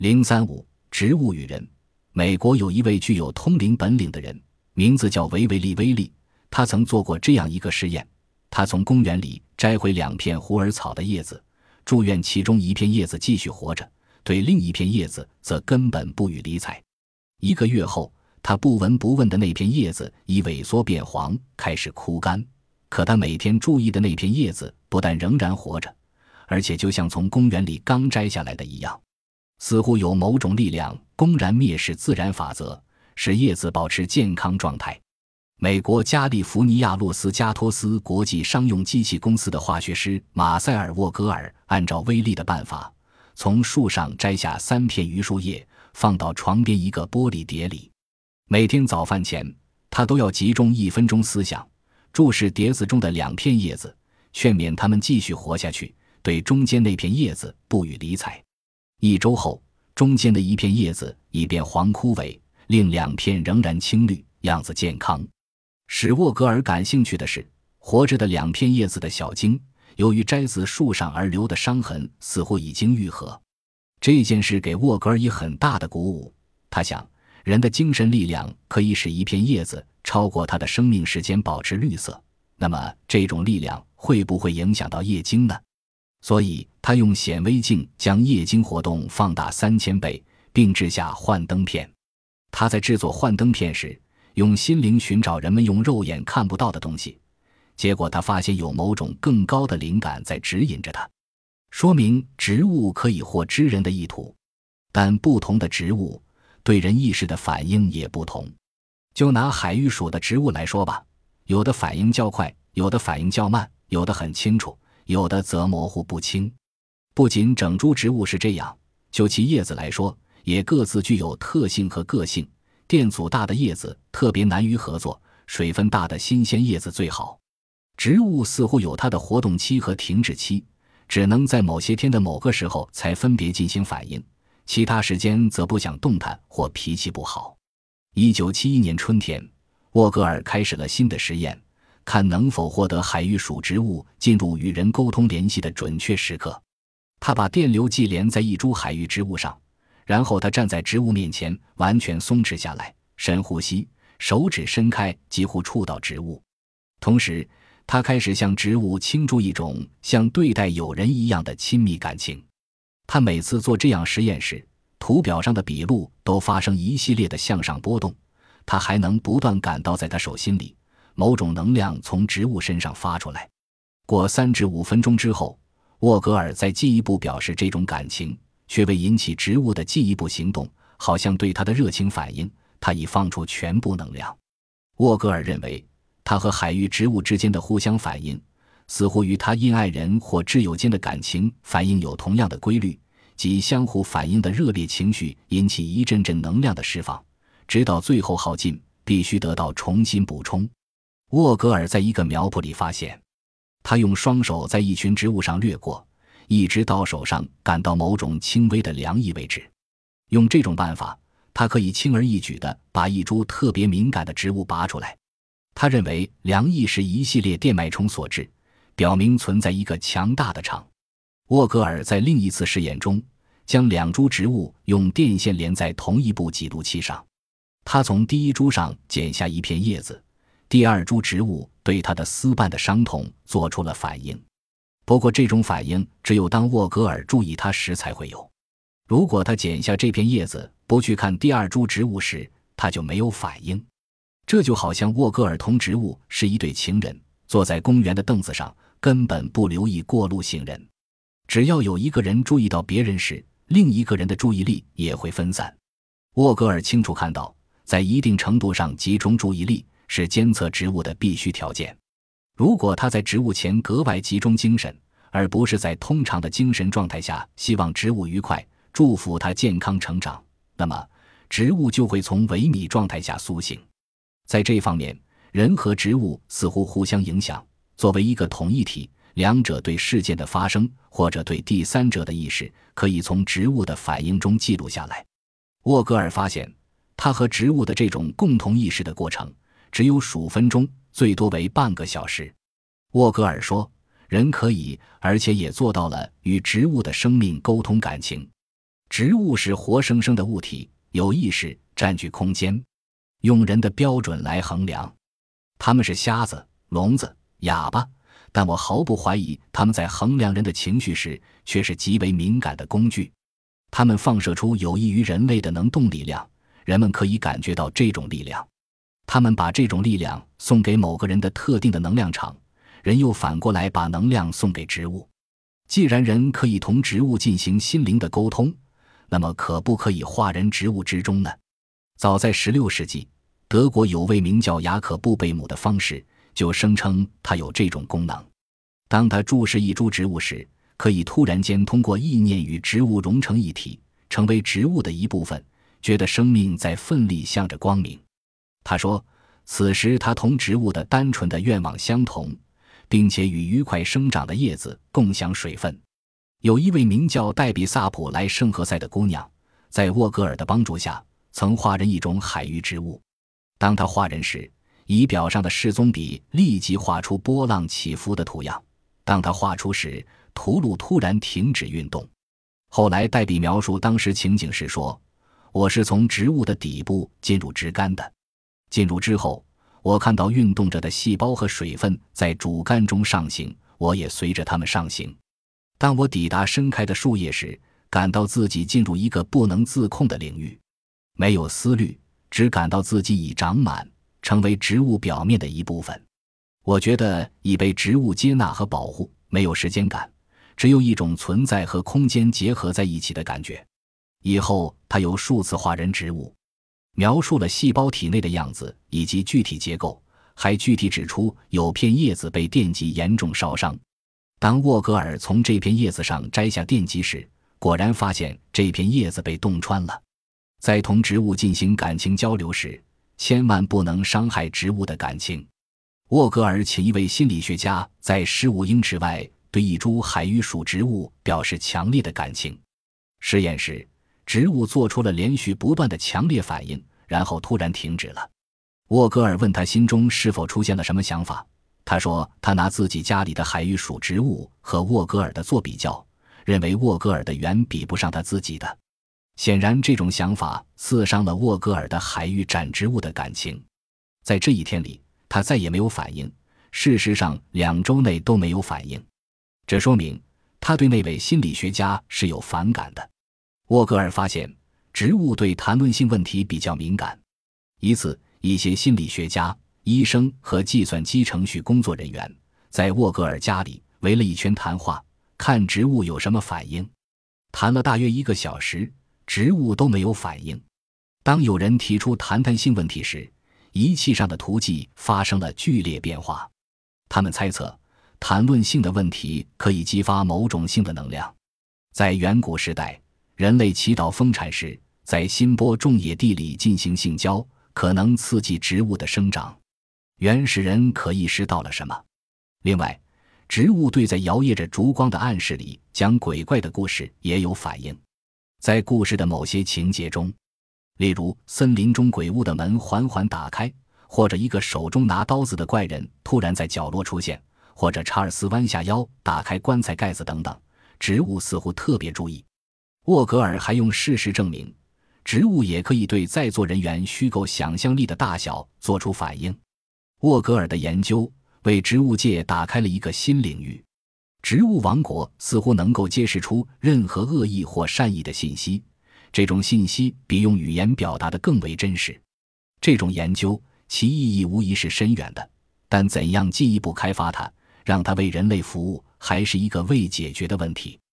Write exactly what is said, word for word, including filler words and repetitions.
零三五植物与人。美国有一位具有通灵本领的人，名字叫维维利·威利。他曾做过这样一个实验，他从公园里摘回两片虎耳草的叶子，祝愿其中一片叶子继续活着，对另一片叶子则根本不予理睬。一个月后，他不闻不问的那片叶子已萎缩变黄，开始枯干，可他每天注意的那片叶子不但仍然活着，而且就像从公园里刚摘下来的一样。似乎有某种力量公然蔑视自然法则，使叶子保持健康状态。美国加利福尼亚洛斯加托斯国际商用机器公司的化学师马塞尔·沃格尔按照威利的办法，从树上摘下三片榆树叶，放到床边一个玻璃碟里。每天早饭前，他都要集中一分钟思想，注视碟子中的两片叶子，劝勉它们继续活下去，对中间那片叶子不予理睬。一周后，中间的一片叶子已变黄枯萎，另两片仍然青绿，样子健康。使沃格尔感兴趣的是，活着的两片叶子的小茎由于摘自树上而留的伤痕似乎已经愈合。这件事给沃格尔以很大的鼓舞，他想，人的精神力量可以使一片叶子超过它的生命时间保持绿色，那么这种力量会不会影响到叶茎呢？所以他用显微镜将叶茎活动放大三千倍，并制下幻灯片。他在制作幻灯片时，用心灵寻找人们用肉眼看不到的东西，结果他发现有某种更高的灵感在指引着他，说明植物可以获知人的意图。但不同的植物对人意识的反应也不同。就拿海芋属的植物来说吧，有的反应较快，有的反应较慢，有的很清楚，有的则模糊不清。不仅整株植物是这样，就其叶子来说，也各自具有特性和个性。电阻大的叶子特别难于合作，水分大的新鲜叶子最好。植物似乎有它的活动期和停止期，只能在某些天的某个时候才分别进行反应，其他时间则不想动弹或脾气不好。一九七一年春天，沃格尔开始了新的实验，看能否获得海芋属植物进入与人沟通联系的准确时刻。他把电流计连在一株海芋植物上，然后他站在植物面前，完全松弛下来，深呼吸，手指伸开，几乎触到植物。同时，他开始向植物倾注一种像对待友人一样的亲密感情。他每次做这样实验时，图表上的笔录都发生一系列的向上波动，他还能不断感到在他手心里，某种能量从植物身上发出来。过三至五分钟之后，沃格尔再进一步表示这种感情，却未引起植物的进一步行动，好像对他的热情反应，他已放出全部能量。沃格尔认为，他和海芋植物之间的互相反应，似乎与他因爱人或挚友间的感情反应有同样的规律，即相互反应的热烈情绪引起一阵阵能量的释放，直到最后耗尽，必须得到重新补充。沃格尔在一个苗圃里发现，他用双手在一群植物上掠过，一直到手上感到某种轻微的凉意为止。用这种办法，他可以轻而易举地把一株特别敏感的植物拔出来。他认为凉意是一系列电脉冲所致，表明存在一个强大的场。沃格尔在另一次试验中，将两株植物用电线连在同一部记录器上。他从第一株上剪下一片叶子，第二株植物对他的丝瓣的伤痛做出了反应。不过这种反应只有当沃格尔注意它时才会有。如果他剪下这片叶子，不去看第二株植物时，他就没有反应。这就好像沃格尔同植物是一对情人，坐在公园的凳子上，根本不留意过路行人。只要有一个人注意到别人时，另一个人的注意力也会分散。沃格尔清楚看到，在一定程度上集中注意力是监测植物的必须条件。如果他在植物前格外集中精神，而不是在通常的精神状态下希望植物愉快，祝福它健康成长，那么植物就会从萎靡状态下苏醒。在这方面，人和植物似乎互相影响，作为一个统一体，两者对事件的发生或者对第三者的意识可以从植物的反应中记录下来。沃格尔发现，他和植物的这种共同意识的过程只有数分钟，最多为半个小时。沃格尔说，人可以，而且也做到了与植物的生命沟通感情。 植物是活生生的物体，有意识，占据空间，用人的标准来衡量。他们是瞎子、聋子、哑巴，但我毫不怀疑他们在衡量人的情绪时却是极为敏感的工具。他们放射出有益于人类的能动力量，人们可以感觉到这种力量。他们把这种力量送给某个人的特定的能量场，人又反过来把能量送给植物。既然人可以同植物进行心灵的沟通，那么可不可以化人植物之中呢？早在十六世纪，德国有位名叫雅可布贝姆的方士就声称他有这种功能。当他注视一株植物时，可以突然间通过意念与植物融成一体，成为植物的一部分，觉得生命在奋力向着光明。他说，此时他同植物的单纯的愿望相同，并且与愉快生长的叶子共享水分。有一位名叫戴比萨普莱圣何塞的姑娘，在沃格尔的帮助下，曾画人一种海域植物。当她画人时，仪表上的示踪笔立即画出波浪起伏的图样。当她画出时，图录突然停止运动。后来戴比描述当时情景时说，我是从植物的底部进入枝干的。进入之后，我看到运动着的细胞和水分在主干中上行，我也随着它们上行。当我抵达伸开的树叶时，感到自己进入一个不能自控的领域，没有思虑，只感到自己已长满，成为植物表面的一部分。我觉得已被植物接纳和保护，没有时间感，只有一种存在和空间结合在一起的感觉。以后他有数次画人植物，描述了细胞体内的样子以及具体结构，还具体指出有片叶子被电极严重烧伤。当沃格尔从这片叶子上摘下电极时，果然发现这片叶子被洞穿了。在同植物进行感情交流时，千万不能伤害植物的感情。沃格尔请一位心理学家在十五英尺外对一株海芋属植物表示强烈的感情。实验时，植物做出了连续不断的强烈反应，然后突然停止了。沃格尔问他心中是否出现了什么想法，他说他拿自己家里的海芋属植物和沃格尔的做比较，认为沃格尔的远比不上他自己的。显然这种想法刺伤了沃格尔的海芋展植物的感情。在这一天里，他再也没有反应，事实上两周内都没有反应。这说明他对那位心理学家是有反感的。沃格尔发现植物对谈论性问题比较敏感。一次，一些心理学家、医生和计算机程序工作人员在沃格尔家里围了一圈谈话，看植物有什么反应。谈了大约一个小时，植物都没有反应。当有人提出谈谈性问题时，仪器上的图记发生了剧烈变化。他们猜测谈论性的问题可以激发某种性的能量。在远古时代，人类祈祷丰产时，在新播种野地里进行性交，可能刺激植物的生长。原始人可意识到了什么？另外，植物对在摇曳着烛光的暗室里讲鬼怪的故事也有反应。在故事的某些情节中，例如森林中鬼屋的门缓缓打开，或者一个手中拿刀子的怪人突然在角落出现，或者查尔斯弯下腰打开棺材盖子等等，植物似乎特别注意。沃格尔还用事实证明，植物也可以对在座人员虚构想象力的大小做出反应。沃格尔的研究为植物界打开了一个新领域。植物王国似乎能够揭示出任何恶意或善意的信息，这种信息比用语言表达的更为真实。这种研究其意义无疑是深远的，但怎样进一步开发它，让它为人类服务，还是一个未解决的问题。